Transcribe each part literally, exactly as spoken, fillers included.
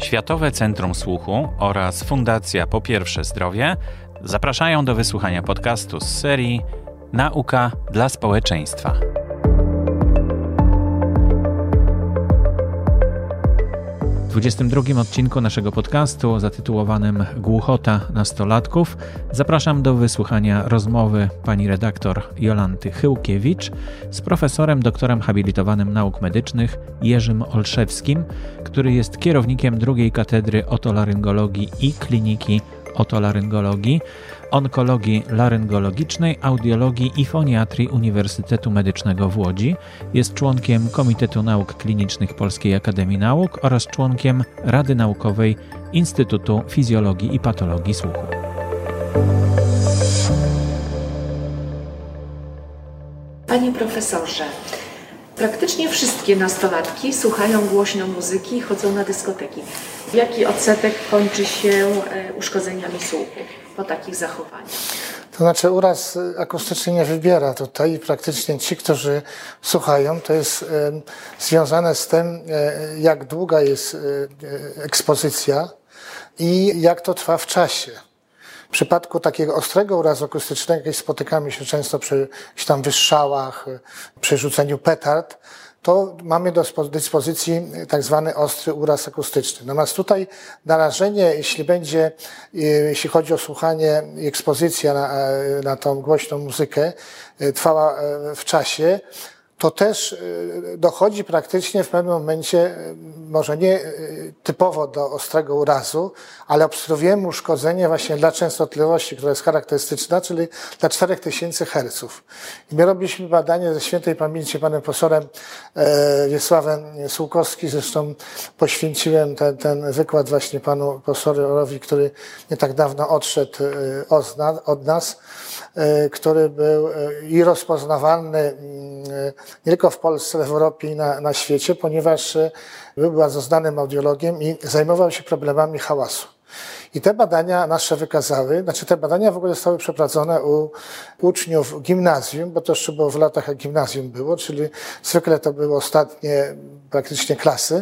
Światowe Centrum Słuchu oraz Fundacja Po Pierwsze Zdrowie zapraszają do wysłuchania podcastu z serii Nauka dla społeczeństwa. W dwudziestym drugim odcinku naszego podcastu zatytułowanym Głuchota nastolatków zapraszam do wysłuchania rozmowy pani redaktor Jolanty Chyłkiewicz z profesorem doktorem habilitowanym nauk medycznych Jerzym Olszewskim, który jest kierownikiem drugiej katedry otolaryngologii i kliniki otolaryngologii, onkologii laryngologicznej, audiologii i foniatrii Uniwersytetu Medycznego w Łodzi. Jest członkiem Komitetu Nauk Klinicznych Polskiej Akademii Nauk oraz członkiem Rady Naukowej Instytutu Fizjologii i Patologii Słuchu. Panie profesorze, praktycznie wszystkie nastolatki słuchają głośno muzyki i chodzą na dyskoteki. Jaki odsetek kończy się uszkodzeniami słuchu po takich zachowaniach? To znaczy uraz akustyczny nie wybiera tutaj i praktycznie ci, którzy słuchają, to jest e, związane z tym, e, jak długa jest e, ekspozycja i jak to trwa w czasie. W przypadku takiego ostrego urazu akustycznego, jak spotykamy się często przy jakichś tam wystrzałach, przy rzuceniu petard, to mamy do dyspozycji tak zwany ostry uraz akustyczny. Natomiast tutaj narażenie, jeśli będzie, jeśli chodzi o słuchanie i ekspozycja na, na tą głośną muzykę, trwała w czasie, to też dochodzi praktycznie w pewnym momencie, może nie typowo do ostrego urazu, ale obserwujemy uszkodzenie właśnie dla częstotliwości, która jest charakterystyczna, czyli dla czterech tysięcy herców. I my robiliśmy badanie ze świętej pamięci panem profesorem Wiesławem Sułkowskim, zresztą poświęciłem ten, ten wykład właśnie panu profesorowi, który nie tak dawno odszedł od nas, który był i rozpoznawalny nie tylko w Polsce, ale w Europie i na, na świecie, ponieważ był bardzo znanym audiologiem i zajmował się problemami hałasu. I te badania nasze wykazały, znaczy te badania w ogóle zostały przeprowadzone u uczniów gimnazjum, bo to jeszcze było w latach, jak gimnazjum było, czyli zwykle to były ostatnie praktycznie klasy,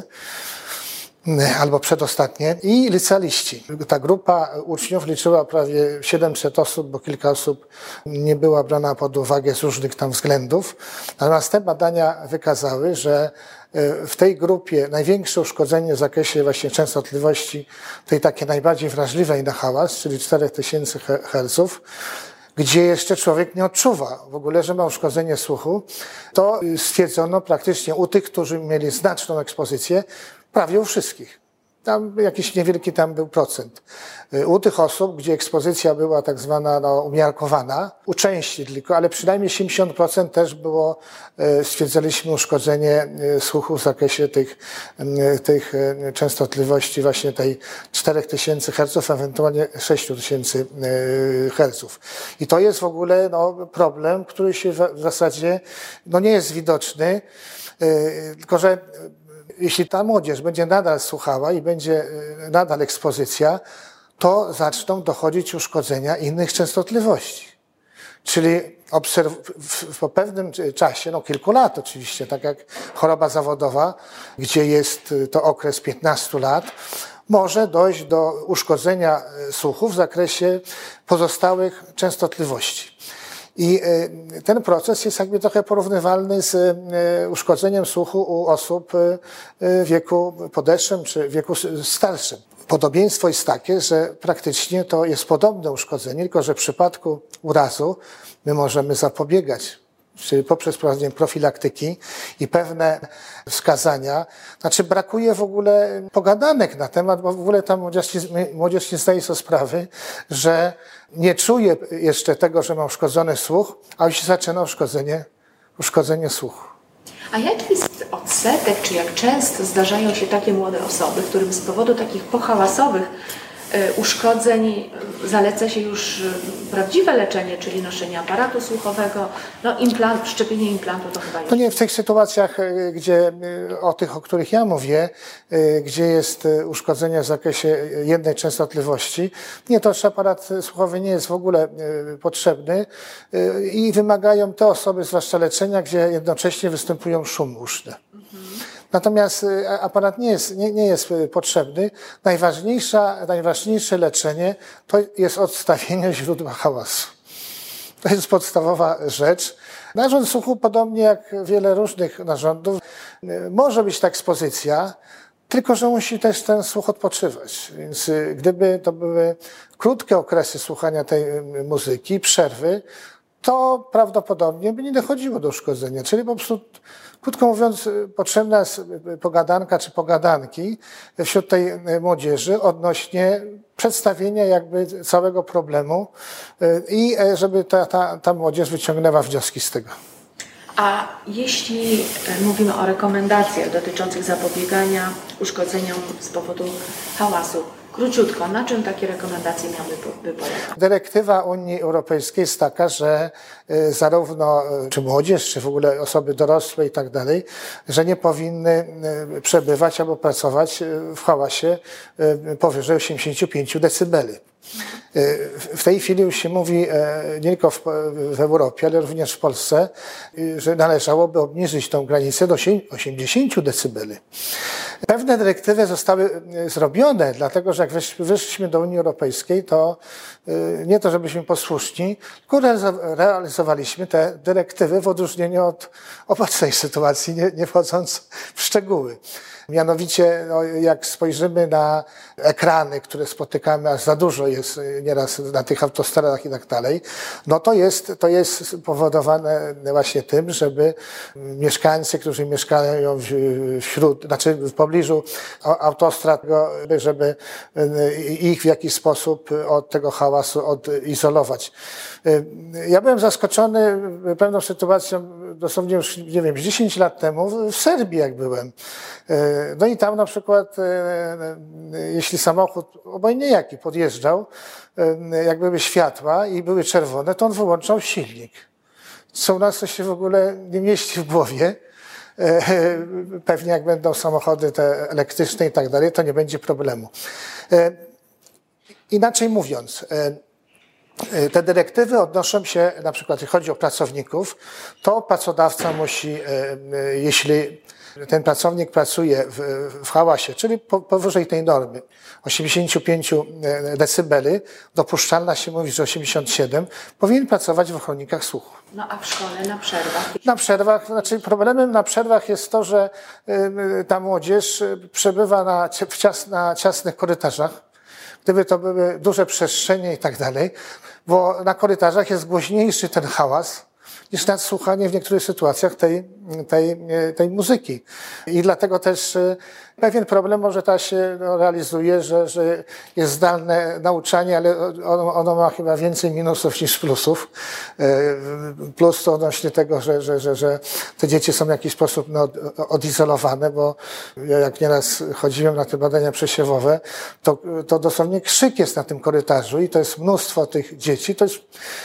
albo przedostatnie, i licealiści. Ta grupa uczniów liczyła prawie siedemset osób, bo kilka osób nie była brana pod uwagę z różnych tam względów. Natomiast te badania wykazały, że w tej grupie największe uszkodzenie w zakresie właśnie częstotliwości, tej takiej najbardziej wrażliwej na hałas, czyli czterech tysięcy herców, gdzie jeszcze człowiek nie odczuwa w ogóle, że ma uszkodzenie słuchu, to stwierdzono praktycznie u tych, którzy mieli znaczną ekspozycję, prawie u wszystkich. Tam jakiś niewielki tam był procent. U tych osób, gdzie ekspozycja była tak zwana no, umiarkowana, u części tylko, ale przynajmniej siedemdziesiąt procent też było, stwierdzaliśmy, uszkodzenie słuchu w zakresie tych, tych częstotliwości właśnie tej czterech tysięcy herców, ewentualnie sześć tysięcy herców. I to jest w ogóle no, problem, który się w zasadzie no, nie jest widoczny, tylko że jeśli ta młodzież będzie nadal słuchała i będzie nadal ekspozycja, to zaczną dochodzić uszkodzenia innych częstotliwości. Czyli obserw- w, po pewnym czasie, no kilku lat oczywiście, tak jak choroba zawodowa, gdzie jest to okres piętnastu lat, może dojść do uszkodzenia słuchu w zakresie pozostałych częstotliwości. I ten proces jest jakby trochę porównywalny z uszkodzeniem słuchu u osób w wieku podeszłym czy wieku starszym. Podobieństwo jest takie, że praktycznie to jest podobne uszkodzenie, tylko że w przypadku urazu my możemy zapobiegać, czyli poprzez prowadzenie profilaktyki i pewne wskazania. Znaczy brakuje w ogóle pogadanek na temat, bo w ogóle ta młodzież, młodzież nie zdaje sobie sprawy, że nie czuje jeszcze tego, że ma uszkodzony słuch, a już zaczyna uszkodzenie, uszkodzenie słuchu. A jaki jest odsetek, czy jak często zdarzają się takie młode osoby, którym z powodu takich pohałasowych uszkodzeń zaleca się już prawdziwe leczenie, czyli noszenie aparatu słuchowego, no implant, szczepienie implantu to chyba już... No nie, w tych sytuacjach, gdzie, o tych, o których ja mówię, gdzie jest uszkodzenie w zakresie jednej częstotliwości, nie, to aparat słuchowy nie jest w ogóle potrzebny i wymagają te osoby, zwłaszcza leczenia, gdzie jednocześnie występują szumy uszne. Mhm. Natomiast aparat nie jest, nie, nie jest potrzebny. Najważniejsza, najważniejsze leczenie to jest odstawienie źródła hałasu. To jest podstawowa rzecz. Narząd słuchu, podobnie jak wiele różnych narządów, może być ta ekspozycja, tylko że musi też ten słuch odpoczywać. Więc gdyby to były krótkie okresy słuchania tej muzyki, przerwy, to prawdopodobnie by nie dochodziło do uszkodzenia. Czyli po prostu, krótko mówiąc, potrzebna jest pogadanka czy pogadanki wśród tej młodzieży odnośnie przedstawienia jakby całego problemu i żeby ta, ta, ta młodzież wyciągnęła wnioski z tego. A jeśli mówimy o rekomendacjach dotyczących zapobiegania uszkodzeniom z powodu hałasu, króciutko, na czym takie rekomendacje miałyby polegać? Dyrektywa Unii Europejskiej jest taka, że zarówno czy młodzież, czy w ogóle osoby dorosłe i tak dalej, że nie powinny przebywać albo pracować w hałasie powyżej osiemdziesiąt pięć decybeli. W tej chwili już się mówi nie tylko w, w Europie, ale również w Polsce, że należałoby obniżyć tą granicę do osiemdziesiąt decybeli. Pewne dyrektywy zostały zrobione, dlatego że jak wyszliśmy do Unii Europejskiej, to nie to, żebyśmy posłuszni, tylko realizowaliśmy te dyrektywy w odróżnieniu od obecnej sytuacji, nie, nie wchodząc w szczegóły. Mianowicie, no, jak spojrzymy na ekrany, które spotykamy, aż za dużo jest nieraz na tych autostradach i tak dalej, no to jest, to jest spowodowane właśnie tym, żeby mieszkańcy, którzy mieszkają wśród, znaczy w pobliżu autostrad, żeby ich w jakiś sposób od tego hałasu odizolować. Ja byłem zaskoczony pewną sytuacją, dosłownie już, nie wiem, dziesięć lat temu w Serbii, jak byłem. No i tam na przykład, jeśli samochód, obojętnie jaki, podjeżdżał, jak były światła i były czerwone, to on wyłączał silnik. Co u nas to się w ogóle nie mieści w głowie. Pewnie jak będą samochody te elektryczne i tak dalej, to nie będzie problemu. Inaczej mówiąc, te dyrektywy odnoszą się, na przykład jeśli chodzi o pracowników, to pracodawca musi, jeśli ten pracownik pracuje w, w hałasie, czyli po, powyżej tej normy osiemdziesiąt pięć decybeli, dopuszczalna się mówi, że osiemdziesiąt siedem, powinien pracować w ochronnikach słuchu. No a w szkole na przerwach? Na przerwach, znaczy problemem na przerwach jest to, że y, ta młodzież przebywa na, w cias, na ciasnych korytarzach. Gdyby to były duże przestrzenie i tak dalej, bo na korytarzach jest głośniejszy ten hałas niż nadsłuchanie w niektórych sytuacjach tej, tej, tej muzyki. I dlatego też pewien problem może ta się realizuje, że, że jest zdalne nauczanie, ale ono, ono ma chyba więcej minusów niż plusów. Plus to odnośnie tego, że, że, że, że te dzieci są w jakiś sposób no, odizolowane, bo ja jak nieraz chodziłem na te badania przesiewowe, to, to dosłownie krzyk jest na tym korytarzu i to jest mnóstwo tych dzieci. To jest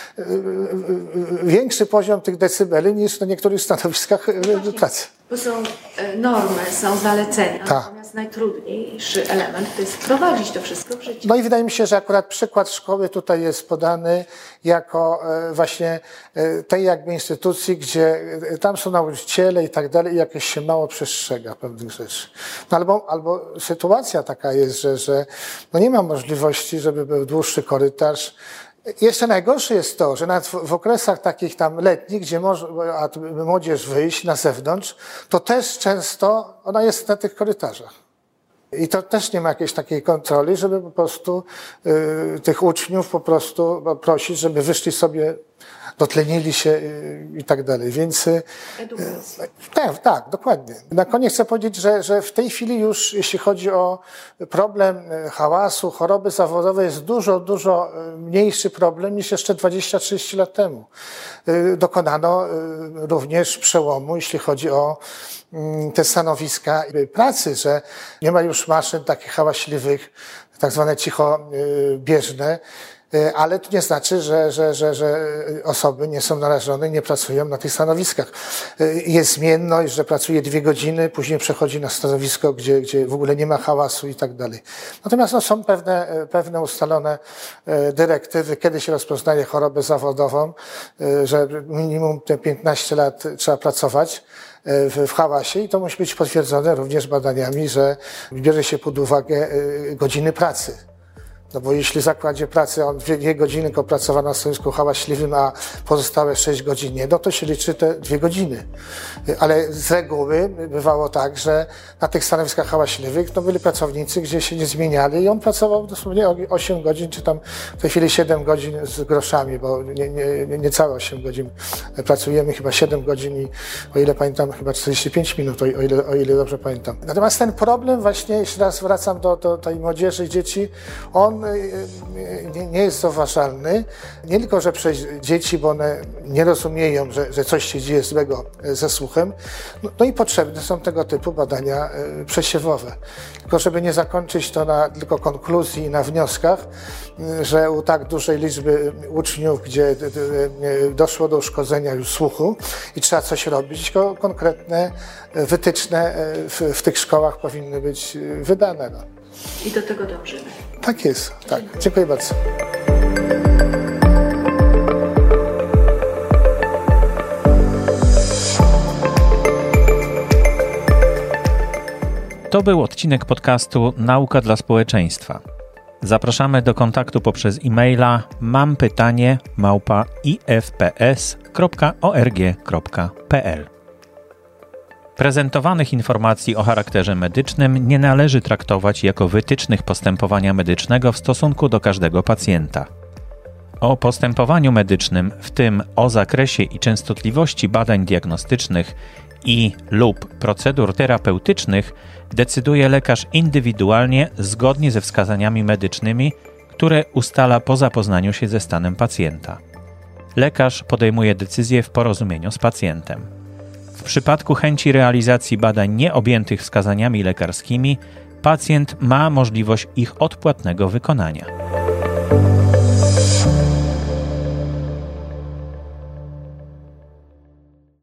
większy poziom tych decybeli niż na niektórych stanowiskach no pracy. Bo są normy, są zalecenia, Ta. natomiast najtrudniejszy element to jest wprowadzić to wszystko w życie. No i wydaje mi się, że akurat przykład szkoły tutaj jest podany jako właśnie tej jakby instytucji, gdzie tam są nauczyciele i tak dalej i jakieś się mało przestrzega pewnych rzeczy. No albo, albo sytuacja taka jest, że, że no nie ma możliwości, żeby był dłuższy korytarz. Jeszcze najgorsze jest to, że nawet w okresach takich tam letnich, gdzie może młodzież wyjść na zewnątrz, to też często ona jest na tych korytarzach. I to też nie ma jakiejś takiej kontroli, żeby po prostu y, tych uczniów po prostu prosić, żeby wyszli sobie, dotlenili się y, i tak dalej. Więc y, Edukacja. tak, tak, dokładnie. Na koniec chcę powiedzieć, że, że w tej chwili już, jeśli chodzi o problem hałasu, choroby zawodowe, jest dużo, dużo mniejszy problem niż jeszcze dwadzieścia trzydzieści lat temu. Y, dokonano y, również przełomu, jeśli chodzi o te stanowiska pracy, że nie ma już maszyn takich hałaśliwych, tak zwane cichobieżne, Ale to nie znaczy, że, że, że, że osoby nie są narażone i nie pracują na tych stanowiskach. Jest zmienność, że pracuje dwie godziny, później przechodzi na stanowisko, gdzie, gdzie w ogóle nie ma hałasu i tak dalej. Natomiast no, są pewne, pewne ustalone dyrektywy, kiedy się rozpoznaje chorobę zawodową, że minimum te piętnaście lat trzeba pracować w, w hałasie i to musi być potwierdzone również badaniami, że bierze się pod uwagę godziny pracy. No bo jeśli w zakładzie pracy on dwie godziny tylko pracował na stanowisku hałaśliwym, a pozostałe sześć godzin nie, no to się liczy te dwie godziny. Ale z reguły bywało tak, że na tych stanowiskach hałaśliwych no byli pracownicy, gdzie się nie zmieniali i on pracował dosłownie osiem godzin, czy tam w tej chwili siedem godzin z groszami, bo nie, nie, nie, nie całe osiem godzin pracujemy, chyba siedem godzin i o ile pamiętam, chyba czterdzieści pięć minut, o ile, o ile dobrze pamiętam. Natomiast ten problem właśnie, jeszcze raz wracam do, do tej młodzieży i dzieci, on nie jest zauważalny. Nie tylko, że przez dzieci, bo one nie rozumieją, że, że coś się dzieje złego ze słuchem, no, no i potrzebne są tego typu badania przesiewowe. Tylko żeby nie zakończyć to na tylko konkluzji i na wnioskach, że u tak dużej liczby uczniów, gdzie doszło do uszkodzenia już słuchu i trzeba coś robić, tylko konkretne wytyczne w, w tych szkołach powinny być wydane. No. I do tego dążymy. Tak jest, tak. Dziękuję bardzo. To był odcinek podcastu Nauka dla społeczeństwa. Zapraszamy do kontaktu poprzez e-maila mam pytanie małpa i f p s kropka org kropka p l. Prezentowanych informacji o charakterze medycznym nie należy traktować jako wytycznych postępowania medycznego w stosunku do każdego pacjenta. O postępowaniu medycznym, w tym o zakresie i częstotliwości badań diagnostycznych i lub procedur terapeutycznych, decyduje lekarz indywidualnie zgodnie ze wskazaniami medycznymi, które ustala po zapoznaniu się ze stanem pacjenta. Lekarz podejmuje decyzję w porozumieniu z pacjentem. W przypadku chęci realizacji badań nieobjętych wskazaniami lekarskimi, pacjent ma możliwość ich odpłatnego wykonania.